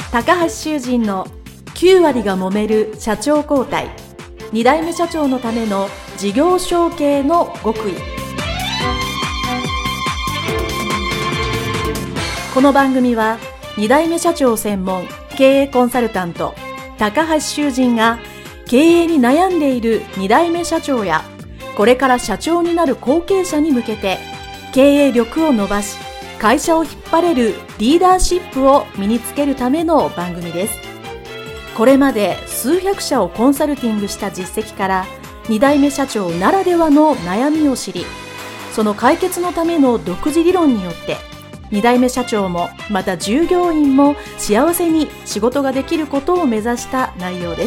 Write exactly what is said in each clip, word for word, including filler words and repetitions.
高橋修人のきゅう割が揉める社長交代、に代目社長のための事業承継の極意。この番組はに代目社長専門経営コンサルタント高橋修人が経営に悩んでいるに代目社長やこれから社長になる後継者に向けて経営力を伸ばし会社を引っ張れるリーダーシップを身につけるための番組です。これまで数百社をコンサルティングした実績からに代目社長ならではの悩みを知り、その解決のための独自理論によってに代目社長もまた従業員も幸せに仕事ができることを目指した内容です。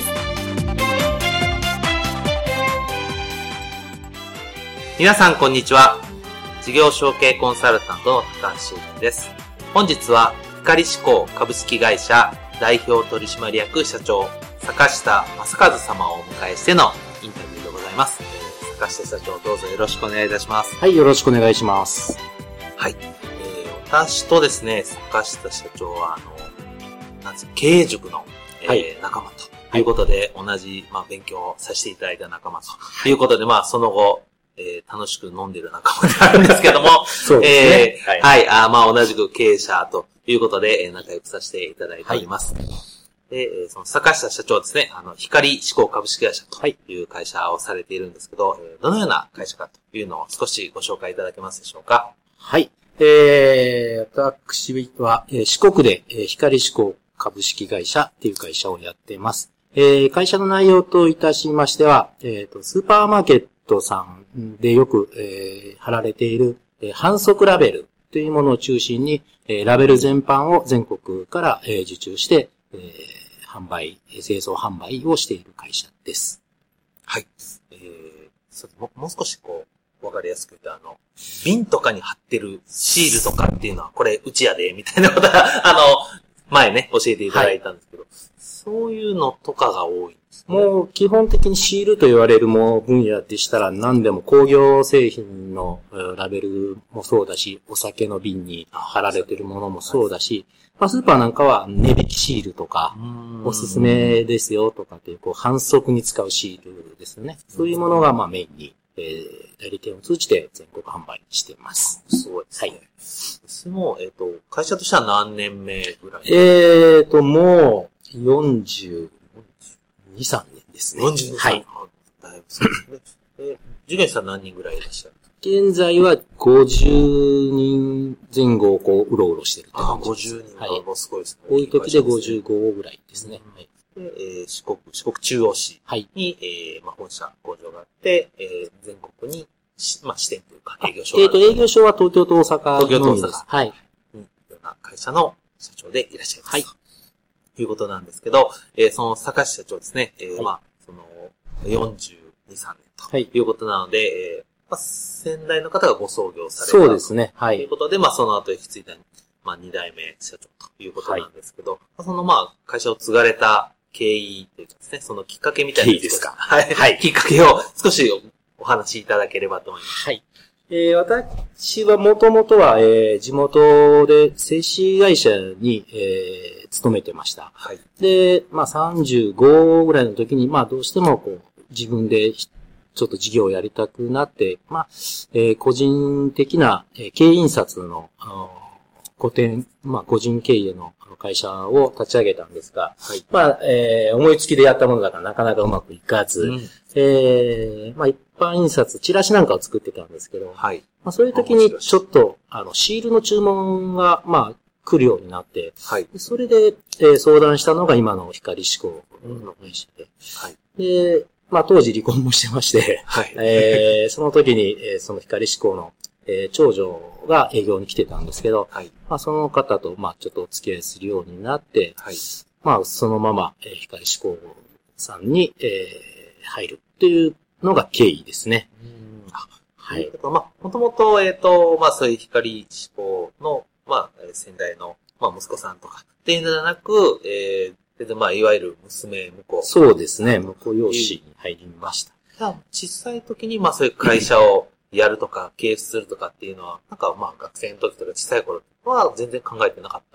皆さんこんにちは。事業承継コンサルタントの高橋修人です。本日は光志向株式会社代表取締役社長坂下正和様をお迎えしてのインタビューでございます。坂下社長、どうぞよろしくお願いいたします。 はい、よろしくお願いします。 はい、えー、私とですね坂下社長はあのなんです経営塾の、えーはい、仲間ということで、はい、同じ、まあ、勉強をさせていただいた仲間ということで、まあその後えー、楽しく飲んでる仲間であるんですけども、 そうですね。 えー、はい、はい、あまあ同じく経営者ということで、えー、仲良くさせていただいております。はい、で、その坂下社長ですね、あの光志向株式会社という会社をされているんですけど、はい、どのような会社かというのを少しご紹介いただけますでしょうか。 はい、えー、私は、えー、四国で、えー、光志向株式会社っていう会社をやっています。えー、会社の内容といたしましては、えーと、スーパーマーケットさんでよく、えー、貼られている、えー、反則ラベルというものを中心に、えー、ラベル全般を全国から、えー、受注して、えー、販売、製造販売をしている会社です。 はい。えー、そももう少しこう、わかりやすく言うと、あの、瓶とかに貼ってるシールとかっていうのは、これ、うちやで、みたいなことは、あの、前ね、教えていただいたんですけど、はい、そういうのとかが多い。 もう基本的にシールと言われるも分野でしたら何でも工業製品のラベルもそうだし、お酒の瓶に貼られているものもそうだし、まあ、スーパーなんかは値引きシールとか、おすすめですよとかっていう、こう反則に使うシールですよね。そういうものがまあメインに、えー、代理店を通じて全国販売しています。 すごいですね。はい。その、えっと、会社としては何年目ぐらい？ えーと、もうよんじゅうに、さんねんですね。 よんじゅうに、さんねん。はい。だいぶそうですね。え、従業員さん何人ぐらいいらっしゃる？ 現在はごじゅうにんぜん後をこう、うろうろしてるって感じです。 ああ、ごじゅうにん。はい。もうすごいですね。 多い時でごじゅうごぐらいですね。 はい。で、えー、四国、四国中央市に、はい、えー、まあ、本社、工場があって、えー、全国に、まあ、支店というか、営業所がある。 えっと、営業所は東京と大阪のみです。 東京と大阪。 はい。 うん。ような会社の社長でいらっしゃいます。はい。ということなんですけど、えー、その坂下社長ですね、えー、はい、まあ、その、よんじゅうに、さんねんということなので、はい、えー、まあ、先代の方がご創業された。 そうですね。はい。 ということで、まあ、その後引き継いだ、まあ、に代目社長ということなんですけど、はい、その、まあ、会社を継がれた経緯というかですね、そのきっかけみたいな。 経緯ですか。 はい。はい。きっかけを少しお話しいただければと思います。 はい。えー、私はもともとは、えー、地元で製紙会社に、えー、勤めてました。はい。で、まあさんじゅうごぐらいの時に、まあどうしてもこう、自分でちょっと事業をやりたくなって、まあ、えー、個人的な、えー、経営印刷の、あの個展、まあ個人経営の会社を立ち上げたんですが、はい、まあ、えー、思いつきでやったものだからなかなかうまくいかず、うん、えー、まあ一般印刷、チラシなんかを作ってたんですけど、はい、まあそういう時にちょっと、あの、シールの注文が、まあ、来るようになって、はい、それで、えー、相談したのが今の光志向の会社で、はい、で、まあ当時離婚もしてまして、はい、えー、その時に、えー、その光志向のえー、長女が営業に来てたんですけど、はい、まあその方とまあちょっとお付き合いするようになって、はい、まあそのまま、えー、光志向さんに、えー、入るっていうのが経緯ですね。うん、 はい。まあもともとえっ、ー、とまあそういう光志向のまあ先代のまあ息子さんとかっていうのではなく、えー、でまあいわゆる娘婿。 そうですね。婿養子に入りました。 小さい時にまあそういう会社をやるとか、経営するとかっていうのは、なんかまあ学生の時とか小さい頃は全然考えてなかったんですか？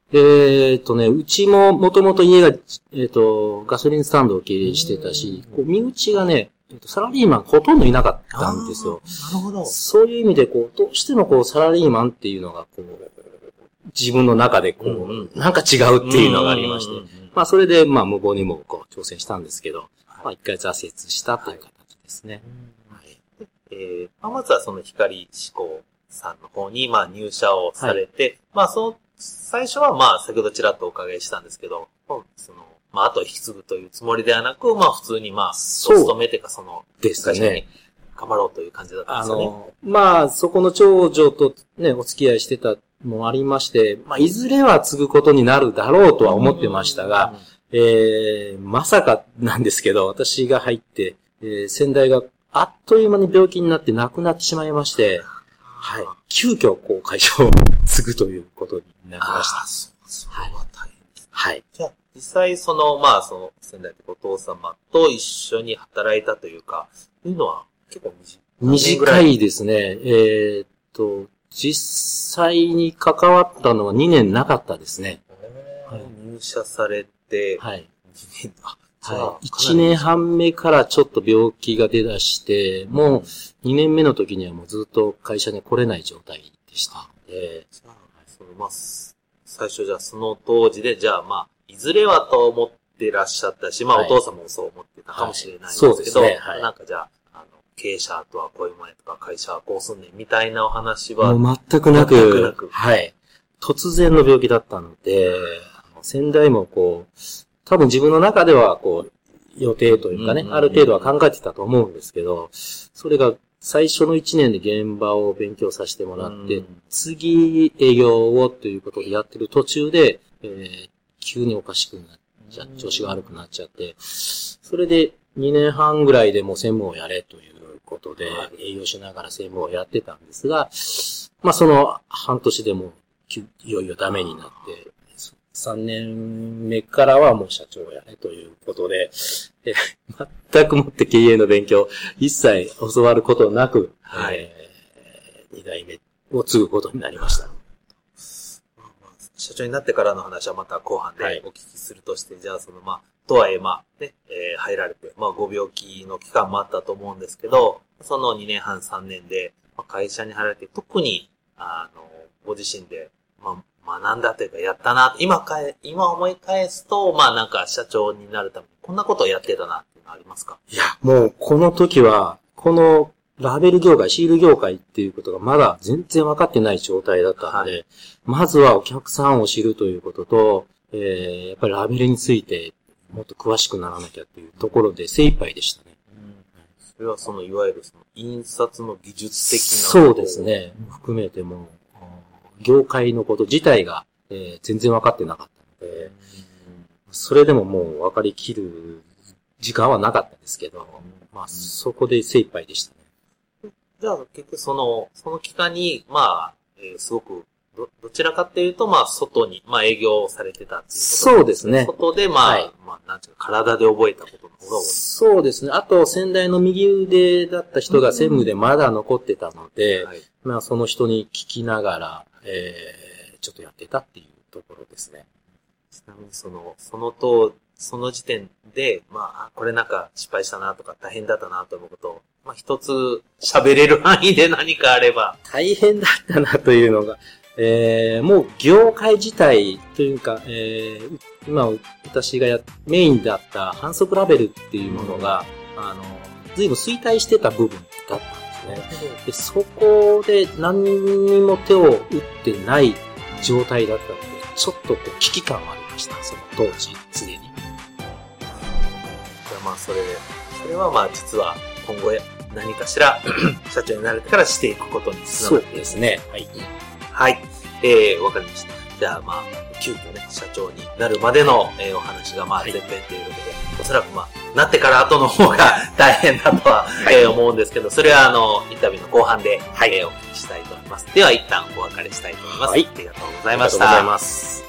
えっとね、うちももともと家が、えっと、ガソリンスタンドを経営してたし、こう身内がね、サラリーマンほとんどいなかったんですよ。 なるほど。 そういう意味で、こう、どうしてもこう、サラリーマンっていうのが、こう、自分の中でこう、うんうん、なんか違うっていうのがありまして、うんうんうん、まあそれで、まあ無謀にもこう、挑戦したんですけど、まあ一回挫折したという形ですね。 はい。えーまあ、まずはその光志向さんの方に、まあ入社をされて、はい、まあその、最初はまあ先ほどちらっとお伺いしたんですけど、その、まああと引き継ぐというつもりではなく、まあ普通にまあ、勤めてかその、 ですね。 頑張ろうという感じだったんですよね。 あの、まあそこの長女とね、お付き合いしてたもありまして、まあいずれは継ぐことになるだろうとは思ってましたが、えー、まさかなんですけど、私が入って、えー、先代があっという間に病気になって亡くなってしまいまして、はい。急遽、こう、会社を継ぐということになりました。 ああ、そう、それは大変です。 はい。 じゃあ、実際、その、まあ、その、先代とお父様と一緒に働いたというか、というのは結構短い。短いですね。えー、っと、実際に関わったのはにねんなかったですね。 はい、入社されて、 はい。 にねん、あ、 はい。いちねんはんめからちょっと病気が出だして、もうにねんめの時にはもうずっと会社に来れない状態でした。えー、 そのまあ、最初じゃあその当時で、じゃあまあ、いずれはと思ってらっしゃったし、まあ、はい、お父様もそう思ってたかもしれないんですけど、はい、そうですね。はい、なんかじゃあ、あの、経営者とはこういうものとか、会社はこうすんねんみたいなお話は。 もう全くなく、全くなく。はい。突然の病気だったので、先代もこう、多分自分の中ではこう、予定というかね、ある程度は考えてたと思うんですけど、それが最初のいちねんで現場を勉強させてもらって、次営業をということをやってる途中で、えー、急におかしくなっちゃ、調子が悪くなっちゃって、それでにねんはんぐらいでもう専務をやれということで、営業しながら専務をやってたんですが、まあその半年でもいよいよダメになって、さんねんめからはもう社長をやれということで、え全くもって経営の勉強、一切教わることなく、はい、えー、に代目を継ぐことになりました。 社長になってからの話はまた後半でお聞きするとして、はい、じゃあそのまあ、とはいえまあね、えー、入られて、まあご病気の期間もあったと思うんですけど、そのにねんはんさんねんで、まあ、会社に入られて特に、あの、ご自身で、まあ、学んだというかやったな、今かえ、今思い返すと、まあなんか社長になるためにこんなことをやってたなっていうのはありますか？ いや、もうこの時は、このラベル業界、シール業界っていうことがまだ全然分かってない状態だったので、はい、まずはお客さんを知るということと、えー、やっぱりラベルについてもっと詳しくならなきゃっていうところで精一杯でしたね。うん、 それはそのいわゆるその印刷の技術的なそうですね。含めても業界のこと自体が、えー、全然分かってなかったので、それでももう分かりきる時間はなかったですけど、まあそこで精一杯でしたね。 じゃあ結局その、その期間に、まあ、えー、すごくど、どちらかっていうと、まあ外に、まあ営業されてたっていうことです、 ね。そうですね。 外でまあ、はい、まあなんていうか体で覚えたことの方が多い。 そうですね。あと先代の右腕だった人が専務でまだ残ってたので、はい、まあその人に聞きながら、えー、ちょっとやってたっていうところですね。 ちなみにその、そのと、その時点で、まあ、これなんか失敗したなとか大変だったなと思うことを、まあ一つ喋れる範囲で何かあれば。 大変だったなというのが、えー、もう業界自体というか、えー、今私がやメインだった反則ラベルっていうものが、うん、あの、随分衰退してた部分だった。でそこで何にも手を打ってない状態だったので、ちょっとこう危機感はありました、その当時、常に。 まあ、それ、それはまあ実は今後何かしら社長になれてからしていくことにつながっている。 そうですね。はい。 はい。えー、わかりました。じゃあまあ、急遽ね、社長になるまでの、えー、お話がまあ前編ということで、はい、おそらくまあ、なってから後の方が大変だとは、はい、えー、思うんですけど、それはあの、インタビューの後半で、はい、えー、お聞きしたいと思います。では一旦お別れしたいと思います。はい。ありがとうございました。 ありがとうございます。